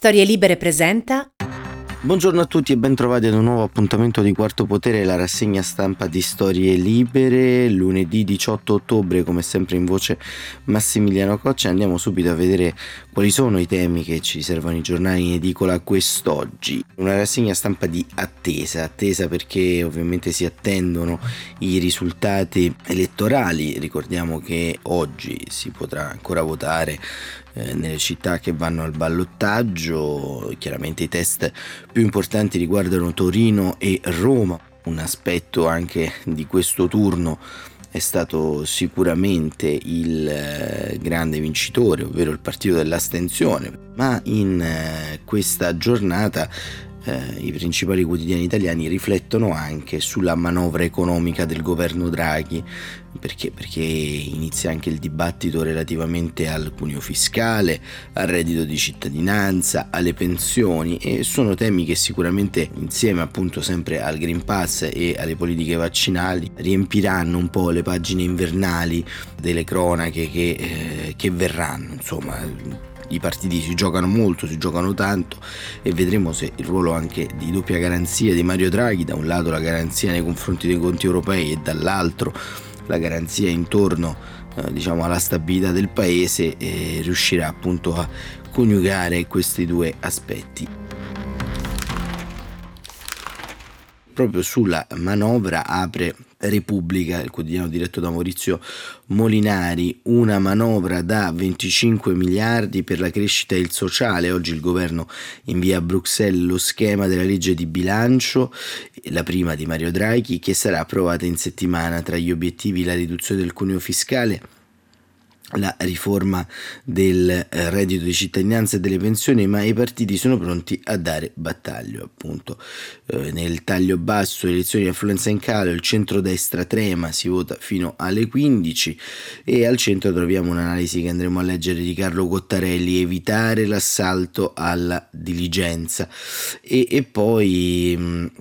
Storie Libere presenta. Buongiorno a tutti e bentrovati ad un nuovo appuntamento di Quarto Potere, la rassegna stampa di Storie Libere, lunedì 18 ottobre, come sempre in voce Massimiliano Coccia. Andiamo subito a vedere quali sono i temi che ci servono i giornali in edicola quest'oggi. Una rassegna stampa di attesa perché ovviamente si attendono i risultati elettorali. Ricordiamo che oggi si potrà ancora votare nelle città che vanno al ballottaggio. Chiaramente i test più importanti riguardano Torino e Roma. Un aspetto anche di questo turno è stato sicuramente il grande vincitore, ovvero il partito dell'astensione, ma in questa giornata i principali quotidiani italiani riflettono anche sulla manovra economica del governo Draghi, perché inizia anche il dibattito relativamente al cuneo fiscale, al reddito di cittadinanza, alle pensioni, e sono temi che sicuramente, insieme appunto sempre al Green Pass e alle politiche vaccinali, riempiranno un po' le pagine invernali delle cronache che verranno. Insomma, i partiti si giocano molto, si giocano tanto, e vedremo se il ruolo anche di doppia garanzia di Mario Draghi, da un lato la garanzia nei confronti dei conti europei e dall'altro la garanzia intorno alla stabilità del paese, riuscirà appunto a coniugare questi due aspetti. Proprio sulla manovra apre Repubblica, il quotidiano diretto da Maurizio Molinari, una manovra da 25 miliardi per la crescita e il sociale. Oggi il governo invia a Bruxelles lo schema della legge di bilancio, la prima di Mario Draghi, che sarà approvata in settimana. Tra gli obiettivi la riduzione del cuneo fiscale, la riforma del reddito di cittadinanza e delle pensioni, ma i partiti sono pronti a dare battaglia. Appunto, nel taglio basso, elezioni di affluenza in calo, il centrodestra trema, si vota fino alle 15, e al centro troviamo un'analisi che andremo a leggere di Carlo Cottarelli: evitare l'assalto alla diligenza. E poi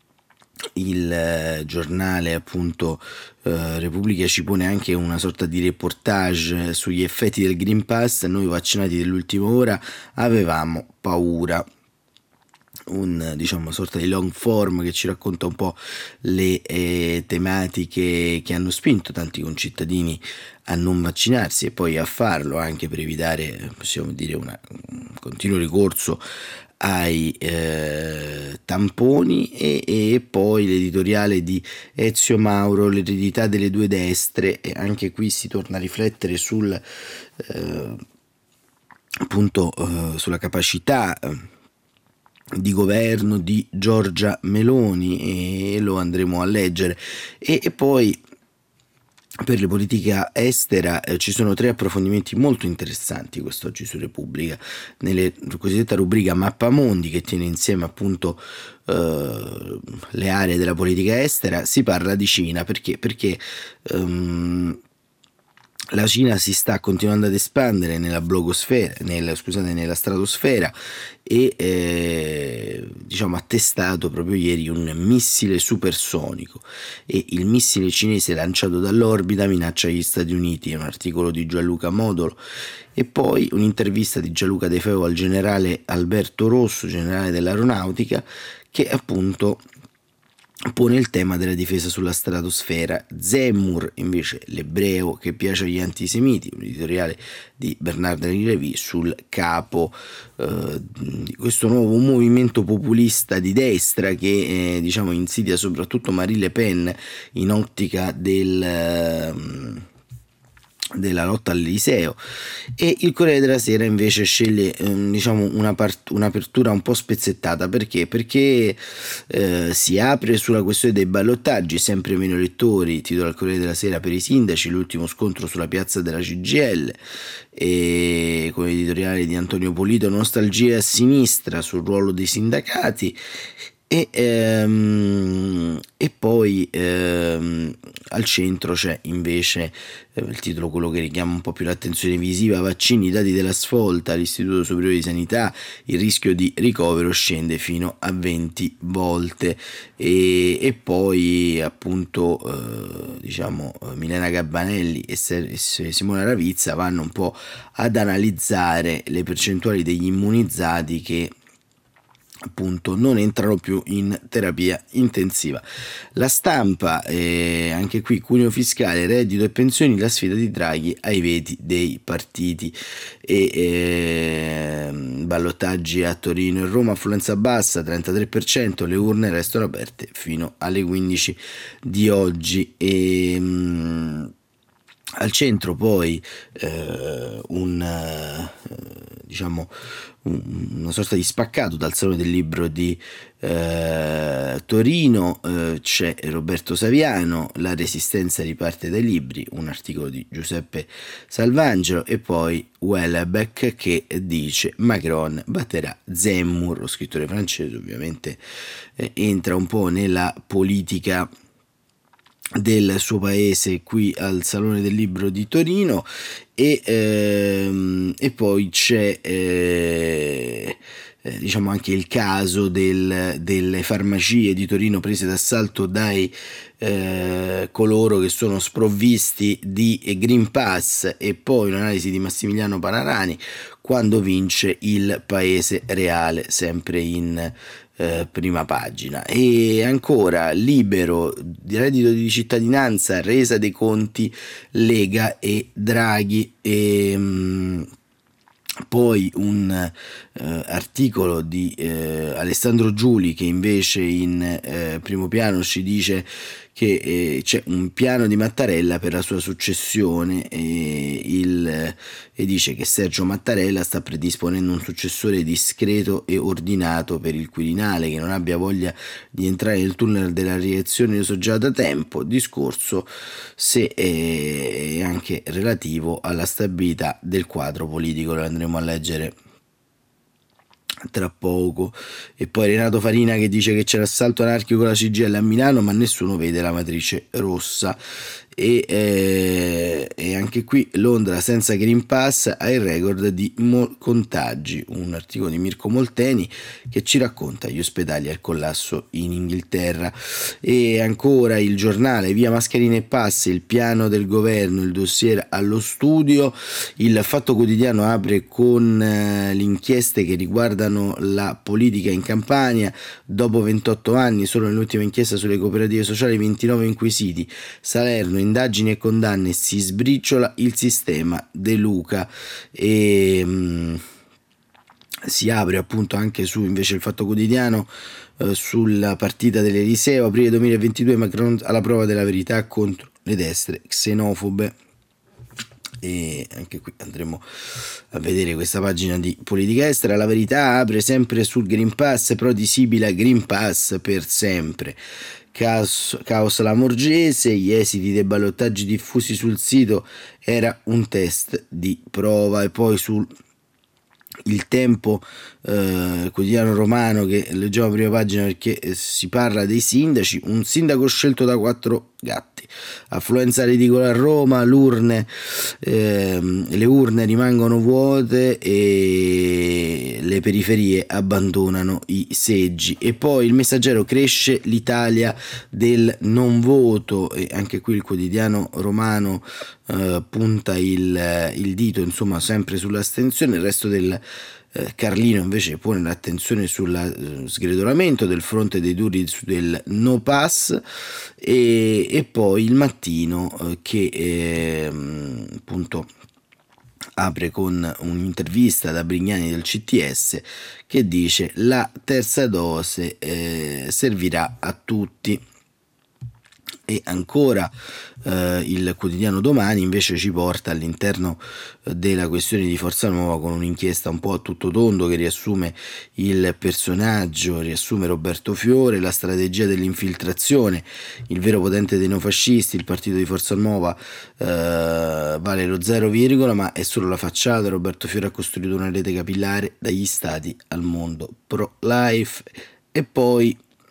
il giornale appunto Repubblica ci pone anche una sorta di reportage sugli effetti del Green Pass. Noi vaccinati dell'ultima ora avevamo paura, una sorta di long form che ci racconta un po' le tematiche che hanno spinto tanti concittadini a non vaccinarsi e poi a farlo, anche per evitare, possiamo dire, un continuo ricorso ai tamponi. E poi l'editoriale di Ezio Mauro, l'eredità delle due destre, e anche qui si torna a riflettere sul sulla capacità di governo di Giorgia Meloni, e lo andremo a leggere. E poi per le politiche estera ci sono 3 approfondimenti molto interessanti quest'oggi su Repubblica, nella cosiddetta rubrica Mappamondi, che tiene insieme appunto le aree della politica estera. Si parla di Cina perché la Cina si sta continuando ad espandere nella nella stratosfera, e ha testato proprio ieri un missile supersonico, e il missile cinese lanciato dall'orbita minaccia gli Stati Uniti. È un articolo di Gianluca Modolo. E poi un'intervista di Gianluca De Feo al generale Alberto Rosso, generale dell'aeronautica, che appunto pone il tema della difesa sulla stratosfera. Zemmour invece, l'ebreo che piace agli antisemiti, un editoriale di Bernard Henri sul capo di questo nuovo movimento populista di destra che insidia soprattutto Marine Le Pen in ottica della lotta all'Eliseo. E il Corriere della Sera invece sceglie un'apertura un po' spezzettata. Perché si apre sulla questione dei ballottaggi, sempre meno elettori, titola il Corriere della Sera, per i sindaci, l'ultimo scontro sulla piazza della CGIL, e con l'editoriale di Antonio Polito, nostalgia a sinistra sul ruolo dei sindacati. E poi al centro c'è invece il titolo, quello che richiama un po' più l'attenzione visiva: vaccini, dati della svolta all'Istituto Superiore di Sanità, il rischio di ricovero scende fino a 20 volte. E poi appunto Milena Gabbanelli e Simona Ravizza vanno un po' ad analizzare le percentuali degli immunizzati che appunto non entrano più in terapia intensiva. La Stampa, anche qui cuneo fiscale, reddito e pensioni, la sfida di Draghi ai veti dei partiti. Ballottaggi a Torino e Roma, affluenza bassa 33%, le urne restano aperte fino alle 15 di oggi. Al centro poi una sorta di spaccato dal Salone del Libro di Torino. C'è Roberto Saviano, la resistenza riparte dai libri, un articolo di Giuseppe Salvangelo, e poi Welbeck che dice Macron batterà Zemmour. Lo scrittore francese ovviamente entra un po' nella politica del suo paese qui al Salone del Libro di Torino. E poi c'è anche il caso delle farmacie di Torino prese d'assalto dai coloro che sono sprovvisti di Green Pass, e poi un'analisi di Massimiliano Panarani: quando vince il paese reale, sempre in prima pagina. E ancora Libero, reddito di cittadinanza, resa dei conti Lega e Draghi. Poi un articolo di Alessandro Giuli che invece in primo piano ci dice che c'è un piano di Mattarella per la sua successione, e dice che Sergio Mattarella sta predisponendo un successore discreto e ordinato per il Quirinale, che non abbia voglia di entrare nel tunnel della rielezione, lo so già da tempo. Discorso se è anche relativo alla stabilità del quadro politico, lo andremo a leggere tra poco. E poi Renato Farina che dice che c'è l'assalto anarchico con la CGIL a Milano ma nessuno vede la matrice rossa. E anche qui Londra senza Green Pass ha il record di contagi, un articolo di Mirko Molteni che ci racconta gli ospedali al collasso in Inghilterra. E ancora Il Giornale, via mascherine e pass, il piano del governo, il dossier allo studio. Il Fatto Quotidiano apre con le inchieste che riguardano la politica in Campania. Dopo 28 anni, solo nell'ultima inchiesta sulle cooperative sociali, 29 inquisiti. Salerno, indagini e condanne, si sbriciola il sistema De Luca. E si apre appunto anche su invece il Fatto Quotidiano sulla partita dell'Eliseo, aprile 2022, Macron alla prova della verità contro le destre xenofobe. E anche qui andremo a vedere questa pagina di politica estera. La Verità apre sempre sul Green Pass, Prodi sibila Green Pass per sempre. Caos Lamorgese, gli esiti dei ballottaggi diffusi sul sito, era un test di prova. E poi sul Il Tempo, quotidiano romano, che leggiamo a prima pagina perché si parla dei sindaci. Un sindaco scelto da 4 gatti, affluenza ridicola a Roma, le urne rimangono vuote e le periferie abbandonano i seggi. E poi Il Messaggero, cresce l'Italia del non voto, e anche qui il quotidiano romano punta il dito insomma sempre sull'astensione. Il Resto del Carlino invece pone l'attenzione sul sgretolamento del fronte dei duri del no pass. E poi Il Mattino che appunto apre con un'intervista da Brignani del CTS che dice: la terza dose servirà a tutti. E ancora il quotidiano Domani invece ci porta all'interno della questione di Forza Nuova con un'inchiesta un po' a tutto tondo che riassume il personaggio, riassume Roberto Fiore, la strategia dell'infiltrazione, il vero potente dei neofascisti. Il partito di Forza Nuova vale lo 0, ma è solo la facciata. Roberto Fiore ha costruito una rete capillare dagli stati al mondo pro-life. E poi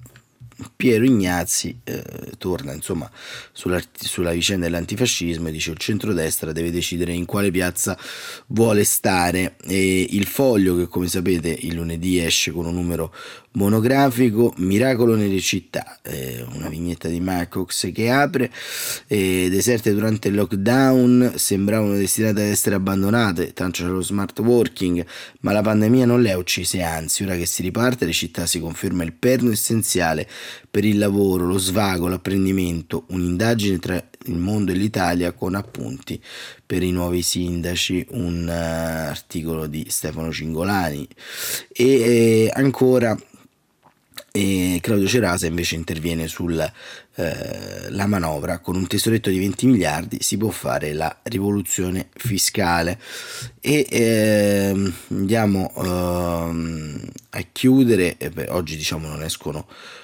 Piero Ignazzi torna insomma sulla vicenda dell'antifascismo e dice: il centrodestra deve decidere in quale piazza vuole stare. E il Foglio, che come sapete il lunedì esce con un numero monografico, Miracolo nelle città, una vignetta di Marcox che apre: deserte durante il lockdown, sembravano destinate ad essere abbandonate, tanto c'è lo smart working, ma la pandemia non le ha uccise, anzi ora che si riparte le città si conferma il perno essenziale per il lavoro, lo svago, l'apprendimento, un'indagine tra il mondo e l'Italia con appunti per i nuovi sindaci, un articolo di Stefano Cingolani. E ancora Claudio Cerasa invece interviene sulla la manovra: con un tesoretto di 20 miliardi si può fare la rivoluzione fiscale. E andiamo a chiudere. Oggi diciamo non escono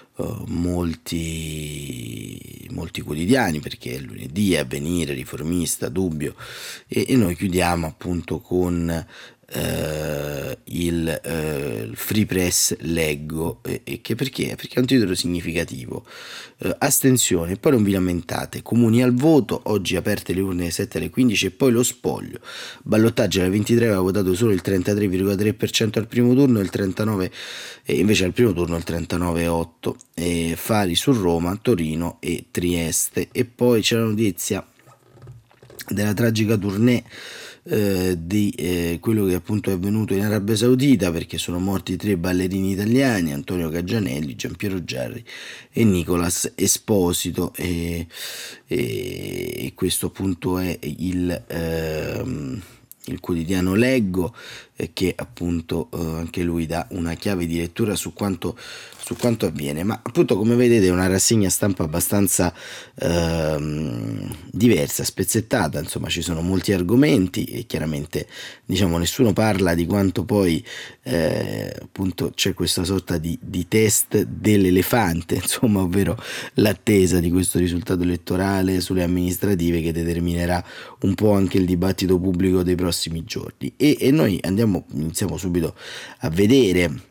molti quotidiani perché è lunedì, Avvenire, Riformista, Dubbio, e noi chiudiamo appunto con il Free Press Leggo, perché è un titolo significativo. Astensione, poi non vi lamentate, comuni al voto, oggi aperte le urne alle 7 alle 15 e poi lo spoglio. Ballottaggio alle 23 aveva votato solo il 33,3% al primo turno, il 39 invece al primo turno il 39,8%. Fari su Roma, Torino e Trieste. E poi c'è la notizia della tragica tournée di quello che appunto è avvenuto in Arabia Saudita, perché sono morti 3 ballerini italiani: Antonio Caggianelli, Giampiero Gerri e Nicolas Esposito. E questo appunto è il quotidiano Leggo, che appunto anche lui dà una chiave di lettura su quanto avviene. Ma appunto, come vedete, è una rassegna stampa abbastanza diversa, spezzettata, insomma ci sono molti argomenti e chiaramente diciamo nessuno parla di quanto poi appunto c'è questa sorta di test dell'elefante, insomma, ovvero l'attesa di questo risultato elettorale sulle amministrative che determinerà un po' anche il dibattito pubblico dei prossimi giorni. E noi iniziamo subito a vedere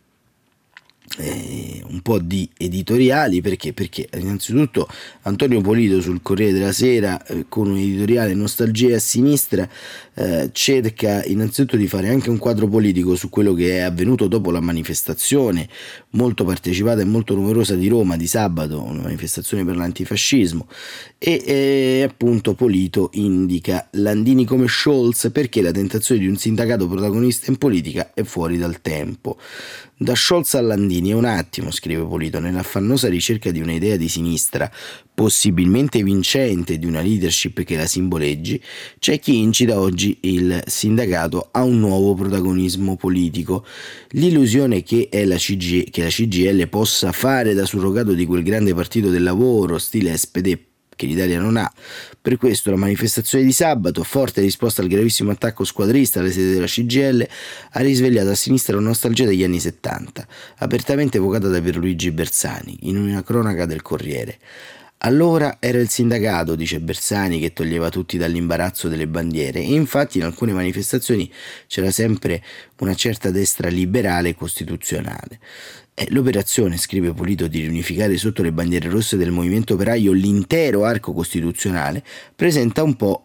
un po' di editoriali, perché innanzitutto Antonio Polito sul Corriere della Sera, con un editoriale Nostalgia a sinistra, cerca innanzitutto di fare anche un quadro politico su quello che è avvenuto dopo la manifestazione molto partecipata e molto numerosa di Roma di sabato, una manifestazione per l'antifascismo. E appunto Polito indica Landini come Scholz, perché la tentazione di un sindacato protagonista in politica è fuori dal tempo. Da Scholz a Landini è un attimo, scrive Polito, nell'affannosa ricerca di un'idea di sinistra possibilmente vincente, di una leadership che la simboleggi, c'è chi incita oggi il sindacato a un nuovo protagonismo politico. L'illusione che la CGIL possa fare da surrogato di quel grande partito del lavoro stile SPD che l'Italia non ha. Per questo la manifestazione di sabato, forte risposta al gravissimo attacco squadrista alle sedi della CGIL, ha risvegliato a sinistra la nostalgia degli anni 70, apertamente evocata da Pierluigi Bersani in una cronaca del Corriere. Allora era il sindacato, dice Bersani, che toglieva tutti dall'imbarazzo delle bandiere, e infatti in alcune manifestazioni c'era sempre una certa destra liberale e costituzionale. L'operazione, scrive Polito, di riunificare sotto le bandiere rosse del movimento operaio l'intero arco costituzionale presenta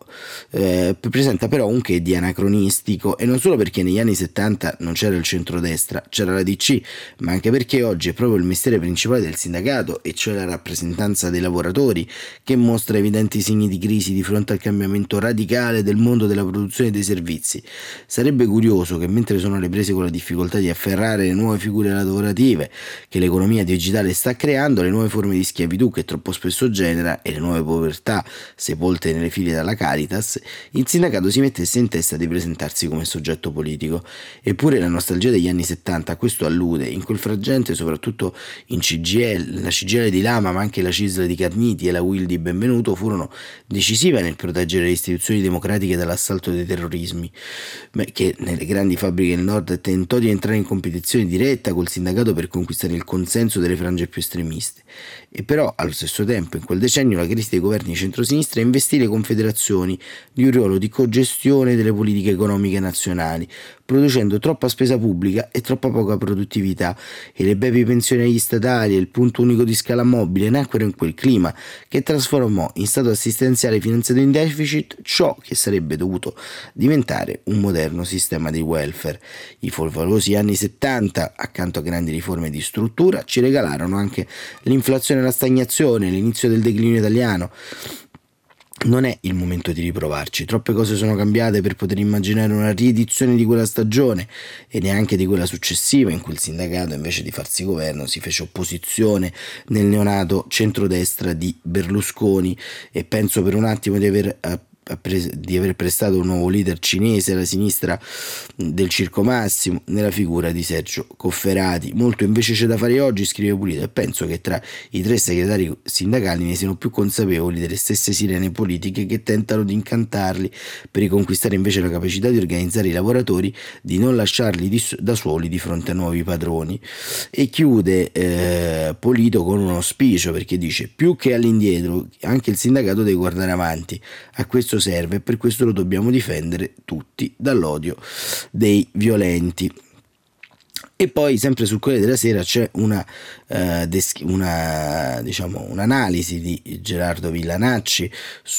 però un che di anacronistico, e non solo perché negli anni 70 non c'era il centrodestra, c'era la DC, ma anche perché oggi è proprio il mestiere principale del sindacato, e cioè la rappresentanza dei lavoratori, che mostra evidenti segni di crisi di fronte al cambiamento radicale del mondo della produzione e dei servizi. Sarebbe curioso che, mentre sono alle prese con la difficoltà di afferrare le nuove figure lavorative che l'economia digitale sta creando, le nuove forme di schiavitù che troppo spesso genera e le nuove povertà sepolte nelle file dalla Caritas, il sindacato si mettesse in testa di presentarsi come soggetto politico. Eppure la nostalgia degli anni 70 a questo allude. In quel frangente, soprattutto in CGIL, la CGIL di Lama, ma anche la CISL di Carniti e la UIL di Benvenuto furono decisive nel proteggere le istituzioni democratiche dall'assalto dei terrorismi, che nelle grandi fabbriche del nord tentò di entrare in competizione diretta col sindacato per conquistare il consenso delle frange più estremiste. E però allo stesso tempo in quel decennio la crisi dei governi centrosinistra investì le confederazioni di un ruolo di cogestione delle politiche economiche nazionali, producendo troppa spesa pubblica e troppa poca produttività, e le brevi pensioni agli statali e il punto unico di scala mobile nacquero in quel clima che trasformò in stato assistenziale finanziato in deficit ciò che sarebbe dovuto diventare un moderno sistema di welfare. I favolosi anni 70, accanto a grandi riforme di struttura, ci regalarono anche l'inflazione e la stagnazione, l'inizio del declino italiano. Non è il momento di riprovarci, troppe cose sono cambiate per poter immaginare una riedizione di quella stagione e neanche di quella successiva, in cui il sindacato, invece di farsi governo, si fece opposizione nel neonato centrodestra di Berlusconi, e penso per un attimo di aver prestato un nuovo leader cinese alla sinistra del Circo Massimo nella figura di Sergio Cofferati. Molto invece c'è da fare oggi, scrive Pulito, e penso che tra i 3 segretari sindacali ne siano più consapevoli delle stesse sirene politiche che tentano di incantarli per riconquistare invece la capacità di organizzare i lavoratori, di non lasciarli da soli di fronte a nuovi padroni. E chiude Polito con un auspicio, perché dice: più che all'indietro anche il sindacato deve guardare avanti, a questo serve e per questo lo dobbiamo difendere tutti dall'odio dei violenti. E poi sempre sul Corriere della Sera c'è un'analisi di Gerardo Villanacci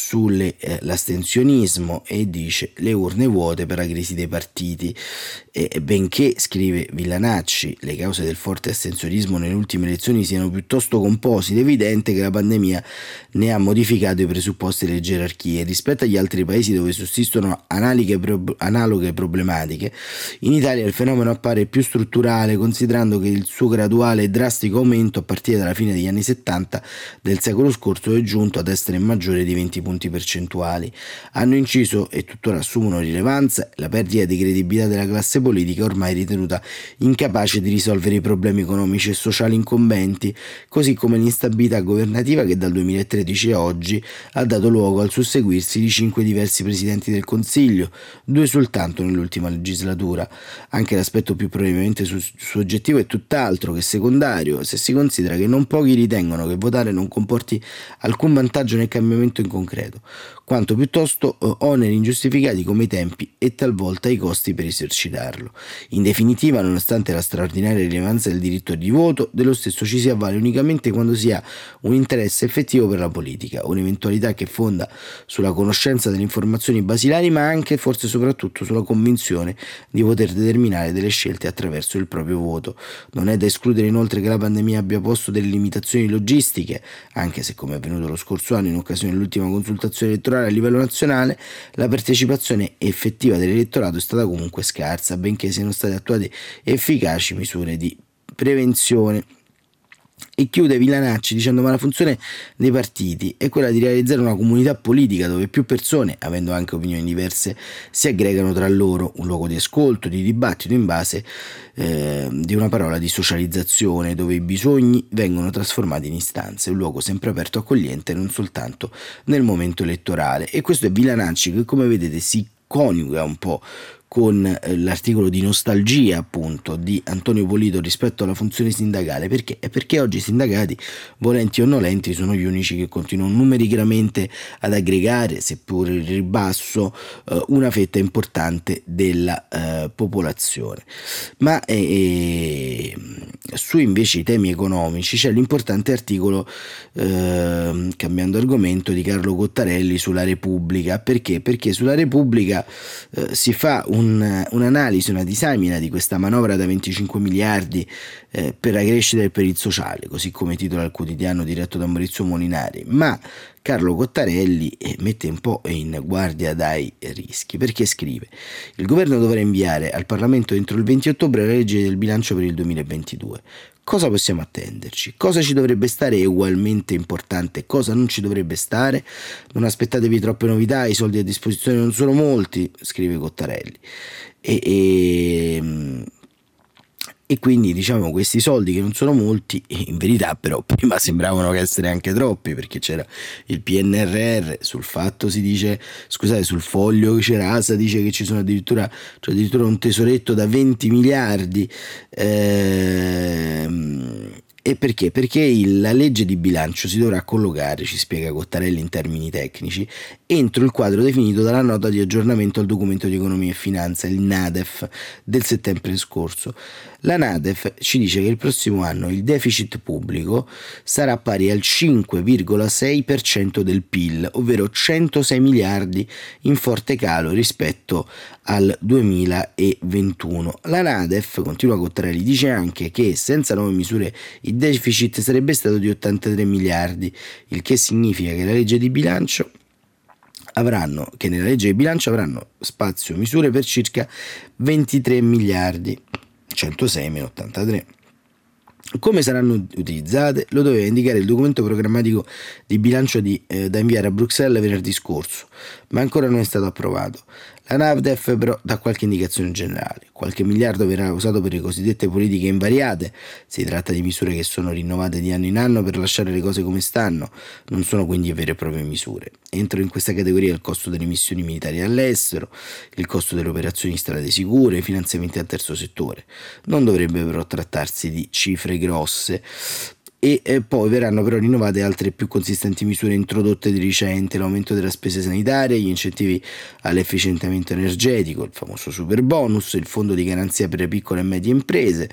sull'astensionismo, e dice: le urne vuote per la crisi dei partiti. E benché, scrive Villanacci, le cause del forte astensionismo nelle ultime elezioni siano piuttosto composite, è evidente che la pandemia ne ha modificato i presupposti e le gerarchie. Rispetto agli altri paesi dove sussistono analoghe problematiche, in Italia il fenomeno appare più strutturale, considerando che il suo graduale e drastico aumento a partire dalla fine degli anni 70 del secolo scorso è giunto ad essere maggiore di 20 punti percentuali. Hanno inciso, e tuttora assumono rilevanza, la perdita di credibilità della classe politica, ormai ritenuta incapace di risolvere i problemi economici e sociali incombenti, così come l'instabilità governativa che dal 2013 a oggi ha dato luogo al susseguirsi di 5 diversi presidenti del Consiglio, 2 soltanto nell'ultima legislatura. Anche l'aspetto più probabilmente soggettivo è tutt'altro che secondario, se si considera che non pochi ritengono che votare non comporti alcun vantaggio nel cambiamento in concreto, quanto piuttosto oneri ingiustificati come i tempi e talvolta i costi per esercitarlo. In definitiva, nonostante la straordinaria rilevanza del diritto di voto, dello stesso ci si avvale unicamente quando si ha un interesse effettivo per la politica, un'eventualità che fonda sulla conoscenza delle informazioni basilari, ma anche, forse soprattutto, sulla convinzione di poter determinare delle scelte attraverso il proprio voto. Non è da escludere inoltre che la pandemia abbia posto delle limitazioni logistiche, anche se, come è avvenuto lo scorso anno in occasione dell'ultima consultazione elettorale a livello nazionale, la partecipazione effettiva dell'elettorato è stata comunque scarsa, benché siano state attuate efficaci misure di prevenzione. E chiude Villanacci dicendo: ma la funzione dei partiti è quella di realizzare una comunità politica dove più persone, avendo anche opinioni diverse, si aggregano tra loro, un luogo di ascolto, di dibattito in base di una parola di socializzazione, dove i bisogni vengono trasformati in istanze, un luogo sempre aperto e accogliente, non soltanto nel momento elettorale. E questo è Villanacci, che, come vedete, si coniuga un po' con l'articolo di nostalgia, appunto, di Antonio Polito rispetto alla funzione sindacale. Perché? È perché oggi i sindacati, volenti o nolenti, sono gli unici che continuano numericamente ad aggregare, seppur in ribasso, una fetta importante della popolazione. Ma su invece i temi economici c'è l'importante articolo, cambiando argomento, di Carlo Cottarelli sulla Repubblica. Perché? Perché sulla Repubblica si fa un'analisi, una disamina di questa manovra da 25 miliardi per la crescita e per il sociale, così come titola il quotidiano diretto da Maurizio Molinari. Ma Carlo Cottarelli mette un po' in guardia dai rischi, perché scrive: il governo dovrà inviare al Parlamento entro il 20 ottobre la legge del bilancio per il 2022. Cosa possiamo attenderci? Cosa ci dovrebbe stare ugualmente importante? Cosa non ci dovrebbe stare? Non aspettatevi troppe novità, i soldi a disposizione non sono molti, scrive Cottarelli. E quindi, diciamo, questi soldi che non sono molti, in verità però prima sembravano essere anche troppi, perché c'era il PNRR, sul fatto si dice, scusate, sul foglio Cerasa dice che ci sono addirittura un tesoretto da 20 miliardi, E perché? Perché la legge di bilancio si dovrà collocare, ci spiega Cottarelli in termini tecnici, entro il quadro definito dalla nota di aggiornamento al documento di economia e finanza, il NADEF, del settembre scorso. La NADEF ci dice che il prossimo anno il deficit pubblico sarà pari al 5,6% del PIL, ovvero 106 miliardi, in forte calo rispetto al 2021. La NADEF, continua Cottarelli, dice anche che senza nuove misure il deficit sarebbe stato di 83 miliardi, il che significa che nella legge di bilancio avranno spazio misure per circa 23 miliardi, 106 meno 83. Come saranno utilizzate? Lo doveva indicare il documento programmatico di bilancio da inviare a Bruxelles venerdì scorso, ma ancora non è stato approvato. La NADEF però dà qualche indicazione generale. Qualche miliardo verrà usato per le cosiddette politiche invariate. Si tratta di misure che sono rinnovate di anno in anno per lasciare le cose come stanno, non sono quindi vere e proprie misure. Entrano in questa categoria il costo delle missioni militari all'estero, il costo delle operazioni in strade sicure, i finanziamenti al terzo settore. Non dovrebbe però trattarsi di cifre grosse. E poi verranno però rinnovate altre più consistenti misure introdotte di recente: l'aumento della spesa sanitaria, gli incentivi all'efficientamento energetico, il famoso super bonus, il fondo di garanzia per le piccole e medie imprese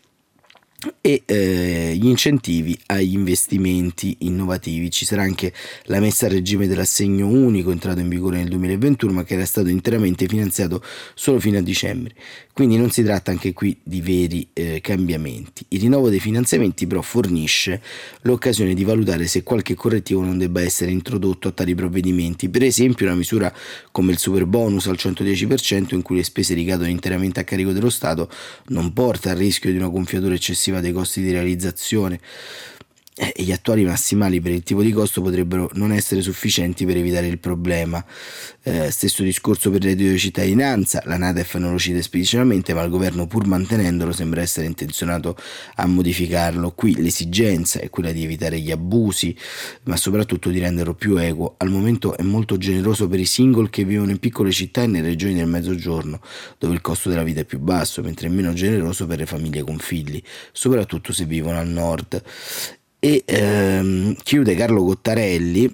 e gli incentivi agli investimenti innovativi. Ci sarà anche la messa a regime dell'assegno unico, entrato in vigore nel 2021 ma che era stato interamente finanziato solo fino a dicembre, quindi non si tratta anche qui di veri cambiamenti. Il rinnovo dei finanziamenti però fornisce l'occasione di valutare se qualche correttivo non debba essere introdotto a tali provvedimenti, per esempio una misura come il super bonus al 110%, in cui le spese ricadono interamente a carico dello Stato, non porta al rischio di una gonfiatura eccessiva dei costi di realizzazione, e gli attuali massimali per il tipo di costo potrebbero non essere sufficienti per evitare il problema. Stesso discorso per il reddito di cittadinanza. La NADEF non lo cita esplicitamente, ma il governo, pur mantenendolo, sembra essere intenzionato a modificarlo. Qui l'esigenza è quella di evitare gli abusi, ma soprattutto di renderlo più equo. Al momento è molto generoso per i single che vivono in piccole città e nelle regioni del mezzogiorno, dove il costo della vita è più basso, mentre è meno generoso per le famiglie con figli, soprattutto se vivono al nord. E chiude Carlo Cottarelli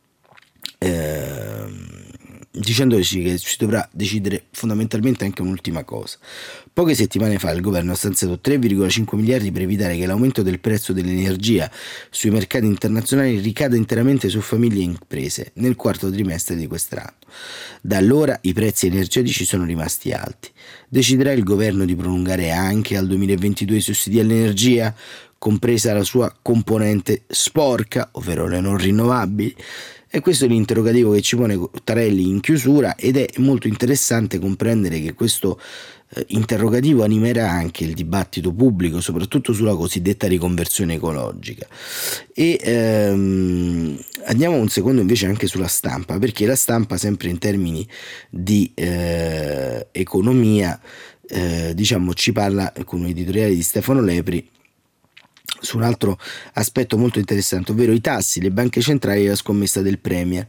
dicendoci che si dovrà decidere fondamentalmente anche un'ultima cosa. Poche settimane fa il governo ha stanziato 3,5 miliardi per evitare che l'aumento del prezzo dell'energia sui mercati internazionali ricada interamente su famiglie e imprese nel quarto trimestre di quest'anno. Da allora i prezzi energetici sono rimasti alti. Deciderà il governo di prolungare anche al 2022 i sussidi all'energia, compresa la sua componente sporca, ovvero le non rinnovabili? E questo è l'interrogativo che ci pone Cottarelli in chiusura, ed è molto interessante comprendere che questo interrogativo animerà anche il dibattito pubblico, soprattutto sulla cosiddetta riconversione ecologica. E andiamo un secondo invece anche sulla stampa, perché la stampa, sempre in termini di economia, ci parla con un editoriale di Stefano Lepri su un altro aspetto molto interessante, ovvero i tassi, le banche centrali e la scommessa del Premier.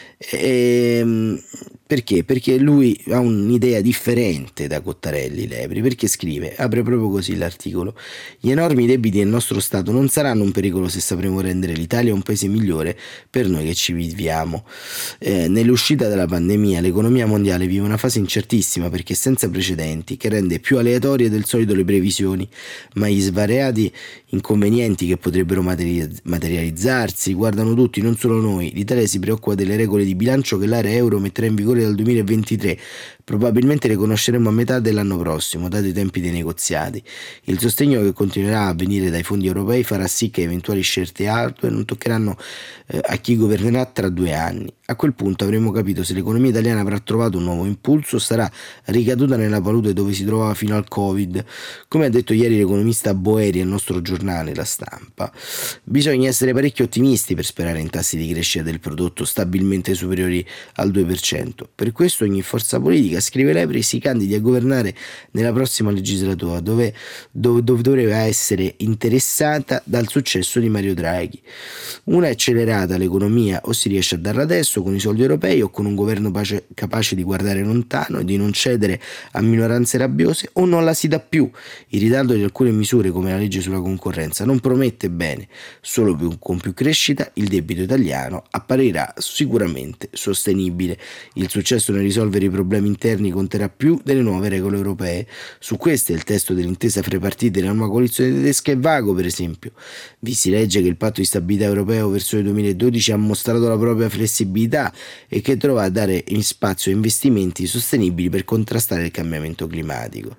Perché? Perché lui ha un'idea differente da Cottarelli, Lepri, perché scrive, apre proprio così l'articolo: gli enormi debiti del nostro Stato non saranno un pericolo se sapremo rendere l'Italia un paese migliore per noi che ci viviamo. Nell'uscita dalla pandemia l'economia mondiale vive una fase incertissima, perché senza precedenti, che rende più aleatorie del solito le previsioni, ma gli svariati inconvenienti che potrebbero materializzarsi riguardano tutti, non solo noi. L'Italia si preoccupa delle regole di bilancio che l'area euro metterà in vigore dal 2023. Probabilmente le conosceremo a metà dell'anno prossimo, dati i tempi dei negoziati. Il sostegno che continuerà a venire dai fondi europei farà sì che eventuali scelte ardue non toccheranno a chi governerà tra 2 anni. A quel punto avremo capito se l'economia italiana avrà trovato un nuovo impulso o sarà ricaduta nella palude dove si trovava fino al Covid. Come ha detto ieri l'economista Boeri al nostro giornale La Stampa, bisogna essere parecchio ottimisti per sperare in tassi di crescita del prodotto stabilmente superiori al 2%. Per questo ogni forza politica politica, scrive Lepri, si candidi a governare nella prossima legislatura, dove dovrebbe essere interessata dal successo di Mario Draghi. Una accelerata l'economia o si riesce a darla adesso con i soldi europei o con un governo capace di guardare lontano e di non cedere a minoranze rabbiose, o non la si dà più. Il ritardo di alcune misure come la legge sulla concorrenza non promette bene. Solo con più crescita il debito italiano apparirà sicuramente sostenibile. Il successo nel risolvere i problemi interni conterà più delle nuove regole europee. Su questo il testo dell'intesa fra i partiti della nuova coalizione tedesca è vago, per esempio. Vi si legge che il patto di stabilità europeo verso il 2012 ha mostrato la propria flessibilità e che trova a dare spazio a investimenti sostenibili per contrastare il cambiamento climatico.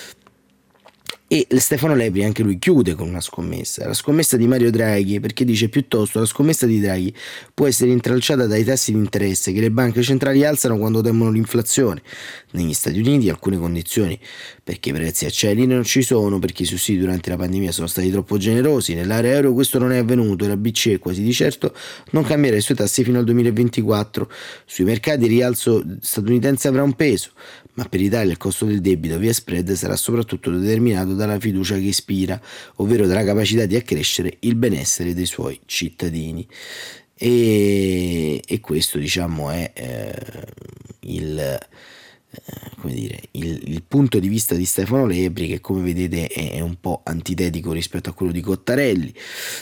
E Stefano Lepri anche lui chiude con una scommessa, la scommessa di Mario Draghi, perché dice piuttosto la scommessa di Draghi può essere intralciata dai tassi di interesse che le banche centrali alzano quando temono l'inflazione. Negli Stati Uniti alcune condizioni perché i prezzi accelerino non ci sono, perché i sussidi durante la pandemia sono stati troppo generosi, nell'area euro questo non è avvenuto e la BCE quasi di certo non cambierà i suoi tassi fino al 2024. Sui mercati il rialzo statunitense avrà un peso, ma per l'Italia il costo del debito via spread sarà soprattutto determinato dalla fiducia che ispira, ovvero dalla capacità di accrescere il benessere dei suoi cittadini. E questo, diciamo, è il punto di vista di Stefano Lepri, che come vedete è un po' antitetico rispetto a quello di Cottarelli.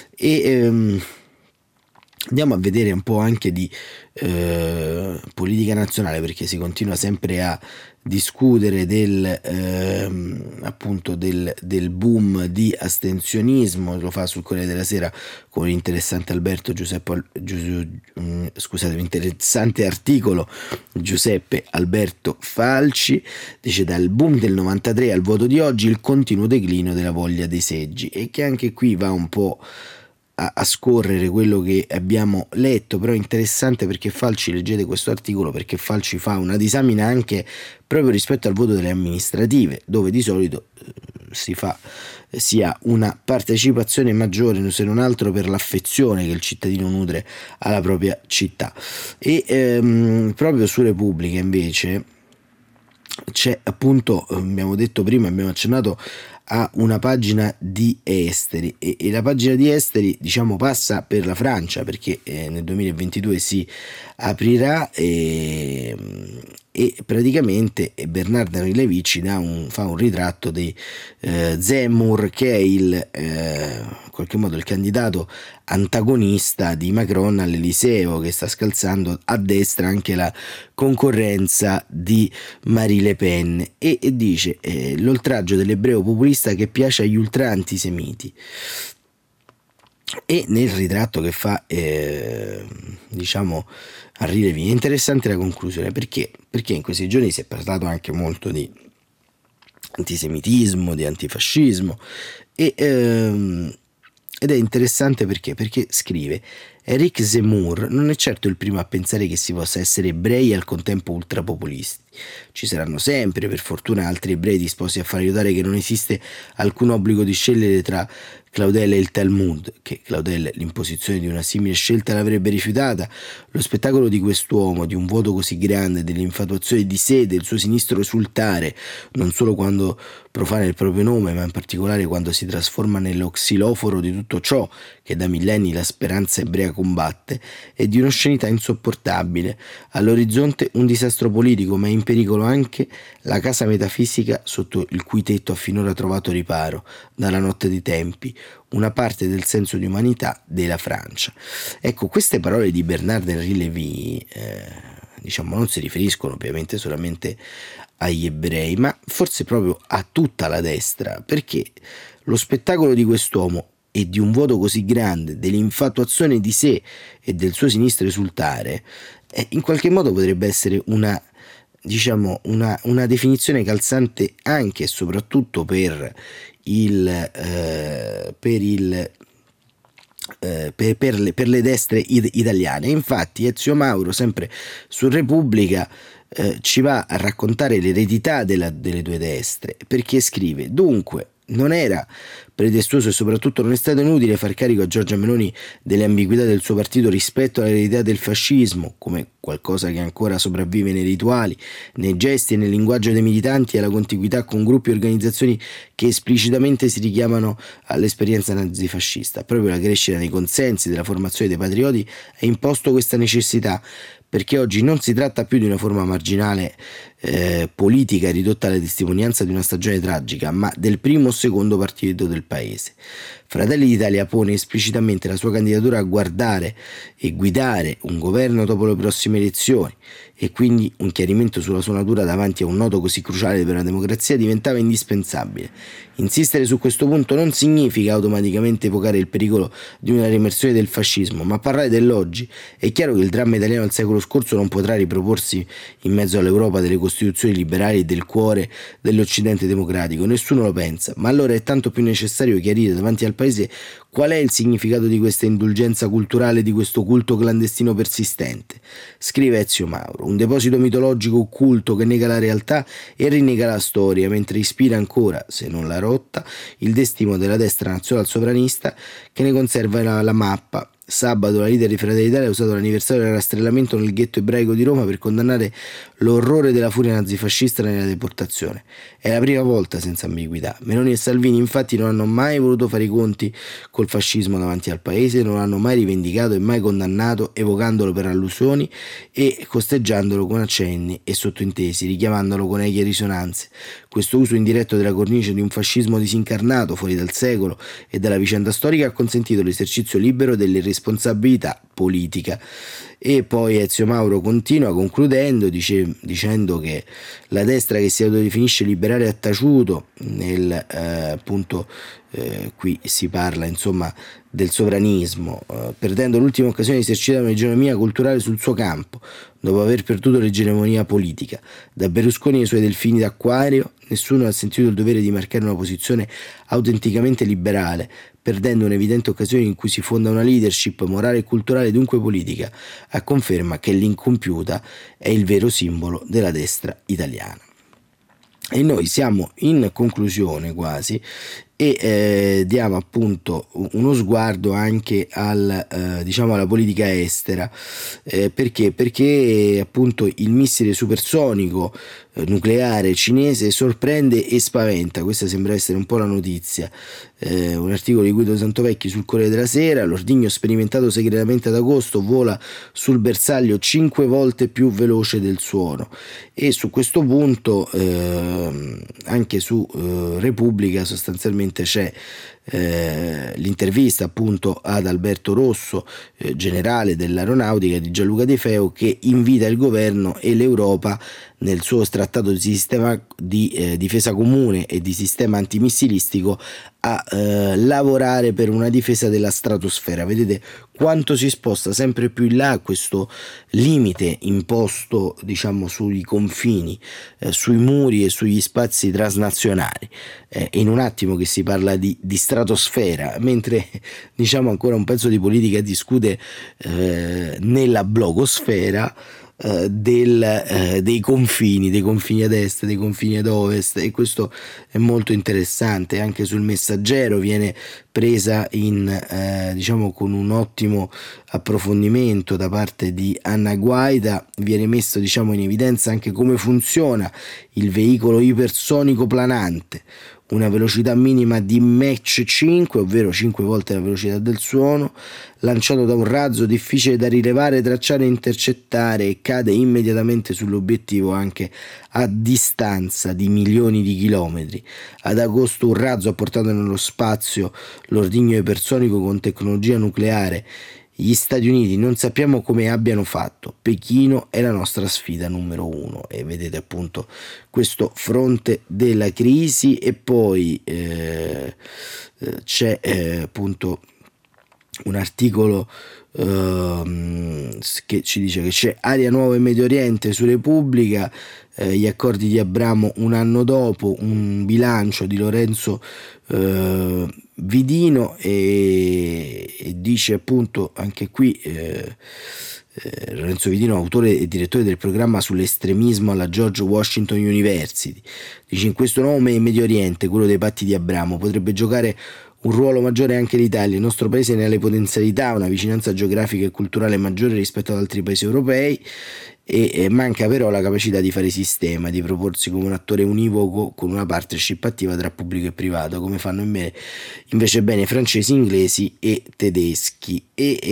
Andiamo a vedere un po' anche di politica nazionale, perché si continua sempre a discutere appunto del boom di astensionismo. Lo fa sul Corriere della Sera con l'interessante interessante articolo Giuseppe Alberto Falci. Dice: dal boom del 93 al voto di oggi il continuo declino della voglia dei seggi, e che anche qui va un po' a scorrere quello che abbiamo letto. Però è interessante perché Falci, leggete questo articolo, perché Falci fa una disamina anche proprio rispetto al voto delle amministrative, dove di solito si ha una partecipazione maggiore, se non altro per l'affezione che il cittadino nutre alla propria città. E proprio su Repubblica invece c'è, appunto, abbiamo detto prima, abbiamo accennato a una pagina di esteri, e la pagina di esteri, diciamo, passa per la Francia, perché nel 2022 si aprirà e praticamente Bernard-Henri Lévy fa un ritratto di Zemmour, che è in qualche modo il candidato antagonista di Macron all'Eliseo, che sta scalzando a destra anche la concorrenza di Marine Le Pen, e dice l'oltraggio dell'ebreo populista che piace agli ultra antisemiti. E nel ritratto che fa diciamo Henri Lévy è interessante la conclusione, perché in questi giorni si è parlato anche molto di antisemitismo, di antifascismo, ed è interessante perché scrive: Eric Zemmour non è certo il primo a pensare che si possa essere ebrei e al contempo ultrapopulisti. Ci saranno sempre, per fortuna, altri ebrei disposti a far aiutare che non esiste alcun obbligo di scegliere tra Claudel e il Talmud, che Claudel l'imposizione di una simile scelta l'avrebbe rifiutata. Lo spettacolo di quest'uomo, di un voto così grande, dell'infatuazione di sé, del suo sinistro esultare, non solo quando profana il proprio nome, ma in particolare quando si trasforma nello xiloforo di tutto ciò che da millenni la speranza ebrea combatte, è di un'oscenità insopportabile. All'orizzonte un disastro politico, ma è in pericolo anche la casa metafisica sotto il cui tetto ha finora trovato riparo dalla notte dei tempi una parte del senso di umanità della Francia. Ecco, queste parole di Bernard-Henri Lévy diciamo non si riferiscono ovviamente solamente agli ebrei, ma forse proprio a tutta la destra, perché lo spettacolo di quest'uomo e di un voto così grande, dell'infatuazione di sé e del suo sinistro esultare, in qualche modo potrebbe essere una definizione calzante anche e soprattutto per le destre italiane. Infatti Ezio Mauro, sempre su Repubblica, ci va a raccontare l'eredità delle due destre, perché scrive: dunque non era pretestuoso e soprattutto non è stato inutile far carico a Giorgia Meloni delle ambiguità del suo partito rispetto all'eredità del fascismo, come qualcosa che ancora sopravvive nei rituali, nei gesti e nel linguaggio dei militanti, e alla contiguità con gruppi e organizzazioni che esplicitamente si richiamano all'esperienza nazifascista. Proprio la crescita dei consensi della formazione dei patrioti ha imposto questa necessità, perché oggi non si tratta più di una forma marginale politica ridotta alla testimonianza di una stagione tragica, ma del primo o secondo partito del paese. Fratelli d'Italia pone esplicitamente la sua candidatura a guardare e guidare un governo dopo le prossime elezioni, e quindi un chiarimento sulla sua natura davanti a un nodo così cruciale per la democrazia diventava indispensabile. Insistere su questo punto non significa automaticamente evocare il pericolo di una rimersione del fascismo, ma parlare dell'oggi. È chiaro che il dramma italiano del secolo scorso non potrà riproporsi in mezzo all'Europa delle costituzioni liberali e del cuore dell'Occidente democratico, nessuno lo pensa, ma allora è tanto più necessario chiarire davanti al Paese qual è il significato di questa indulgenza culturale, di questo culto clandestino persistente. Scrive Ezio Mauro: un deposito mitologico occulto che nega la realtà e rinnega la storia, mentre ispira ancora, se non la rotta, il destino della destra nazional sovranista che ne conserva la mappa. Sabato la leader di Fratelli d'Italia ha usato l'anniversario del rastrellamento nel ghetto ebraico di Roma per condannare l'orrore della furia nazifascista nella deportazione. È la prima volta senza ambiguità. Meloni e Salvini infatti non hanno mai voluto fare i conti col fascismo davanti al paese, non l'hanno mai rivendicato e mai condannato, evocandolo per allusioni e costeggiandolo con accenni e sottintesi, richiamandolo con eche e risonanze. Questo uso indiretto della cornice di un fascismo disincarnato, fuori dal secolo e dalla vicenda storica, ha consentito l'esercizio libero delle responsabilità politica. E poi Ezio Mauro continua concludendo dicendo che la destra, che si autodefinisce liberale a taciuto, qui si parla insomma del sovranismo, perdendo l'ultima occasione di esercitare un'egemonia culturale sul suo campo, dopo aver perduto l'egemonia politica. Da Berlusconi ai suoi delfini d'acquario, nessuno ha sentito il dovere di marcare una posizione autenticamente liberale, perdendo un'evidente occasione in cui si fonda una leadership morale e culturale, dunque politica, a conferma che l'incompiuta è il vero simbolo della destra italiana. E noi siamo in conclusione quasi, e diamo appunto uno sguardo anche alla politica estera, perché appunto il missile supersonico nucleare cinese sorprende e spaventa. Questa sembra essere un po' la notizia. Un articolo di Guido Santovecchi sul Corriere della Sera: l'ordigno sperimentato segretamente ad agosto vola sul bersaglio 5 volte più veloce del suono. E su questo punto anche su Repubblica sostanzialmente c'è l'intervista appunto ad Alberto Rosso, generale dell'aeronautica, di Gianluca De Feo, che invita il governo e l'Europa nel suo trattato di sistema di difesa comune e di sistema antimissilistico a lavorare per una difesa della stratosfera. Vedete quanto si sposta sempre più in là questo limite imposto sui confini, sui muri e sui spazi transnazionali. In un attimo che si parla di stratosfera, mentre ancora un pezzo di politica discute nella blogosfera dei confini ad est, dei confini ad ovest, e questo è molto interessante. Anche sul Messaggero viene presa con un ottimo approfondimento da parte di Anna Guaida, viene messo in evidenza anche come funziona il veicolo ipersonico planante, una velocità minima di Mach 5, ovvero 5 volte la velocità del suono, lanciato da un razzo difficile da rilevare, tracciare e intercettare, e cade immediatamente sull'obiettivo anche a distanza di milioni di chilometri. Ad agosto un razzo ha portato nello spazio l'ordigno ipersonico con tecnologia nucleare. Gli Stati Uniti non sappiamo come abbiano fatto. Pechino è la nostra sfida numero 1. E vedete appunto questo fronte della crisi. E poi c'è appunto un articolo che ci dice che c'è aria nuova in Medio Oriente su Repubblica, gli accordi di Abramo un anno dopo, un bilancio di Lorenzo Vidino, e dice appunto anche qui Lorenzo Vidino, autore e direttore del programma sull'estremismo alla George Washington University, dice: in questo nuovo Medio Oriente, quello dei patti di Abramo, potrebbe giocare un ruolo maggiore anche l'Italia. Il nostro paese ne ha le potenzialità, una vicinanza geografica e culturale maggiore rispetto ad altri paesi europei, e manca però la capacità di fare sistema, di proporsi come un attore univoco con una partnership attiva tra pubblico e privato, come fanno invece bene francesi, inglesi e tedeschi.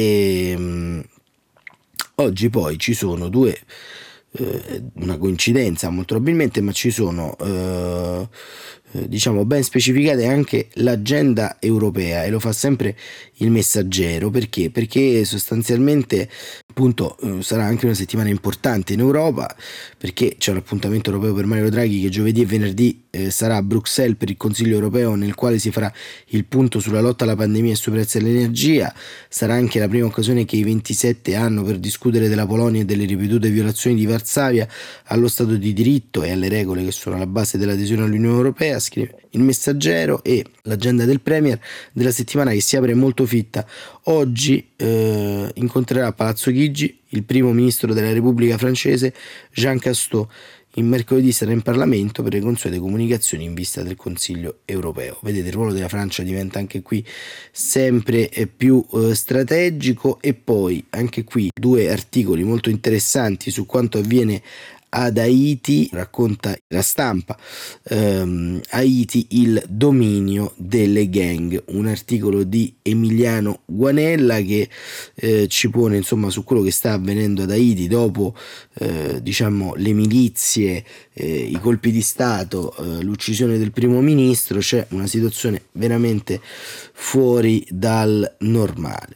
Oggi poi ci sono una coincidenza molto probabilmente, ma ci sono diciamo ben specificate anche l'agenda europea, e lo fa sempre il Messaggero. Perché sostanzialmente appunto sarà anche una settimana importante in Europa, perché c'è un appuntamento europeo per Mario Draghi che giovedì e venerdì sarà a Bruxelles per il Consiglio europeo, nel quale si farà il punto sulla lotta alla pandemia e sui prezzi dell'energia. Sarà anche la prima occasione che i 27 hanno per discutere della Polonia e delle ripetute violazioni di Varsavia allo Stato di diritto e alle regole che sono alla base dell'adesione all'Unione Europea, scrive il Messaggero. E l'agenda del Premier della settimana, che si apre molto fitta, oggi incontrerà a Palazzo Chigi il primo ministro della Repubblica francese Jean Castex. Il mercoledì sarà in Parlamento per le consuete comunicazioni in vista del Consiglio europeo. Vedete, il ruolo della Francia diventa anche qui sempre più strategico. E poi anche qui due articoli molto interessanti su quanto avviene ad Haiti. Racconta la Stampa, Haiti, il dominio delle gang, un articolo di Emiliano Guanella che ci pone insomma su quello che sta avvenendo ad Haiti dopo diciamo le milizie, i colpi di stato, l'uccisione del primo ministro. C'è una situazione veramente fuori dal normale.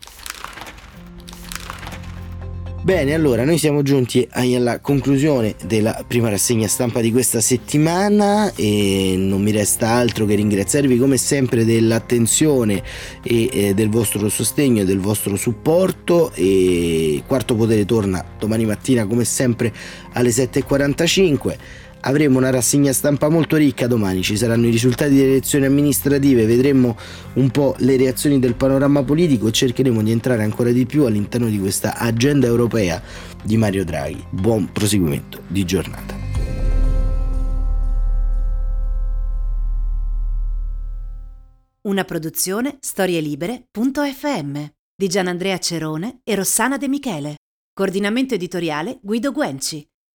Bene, allora noi siamo giunti alla conclusione della prima rassegna stampa di questa settimana e non mi resta altro che ringraziarvi come sempre dell'attenzione e del vostro sostegno e del vostro supporto. E Quarto Potere torna domani mattina come sempre alle 7:45. Avremo una rassegna stampa molto ricca domani, ci saranno i risultati delle elezioni amministrative, vedremo un po' le reazioni del panorama politico e cercheremo di entrare ancora di più all'interno di questa agenda europea di Mario Draghi. Buon proseguimento di giornata. Una produzione storielibere.fm di Gianandrea Cerone e Rossana De Michele. Coordinamento editoriale Guido Guenci.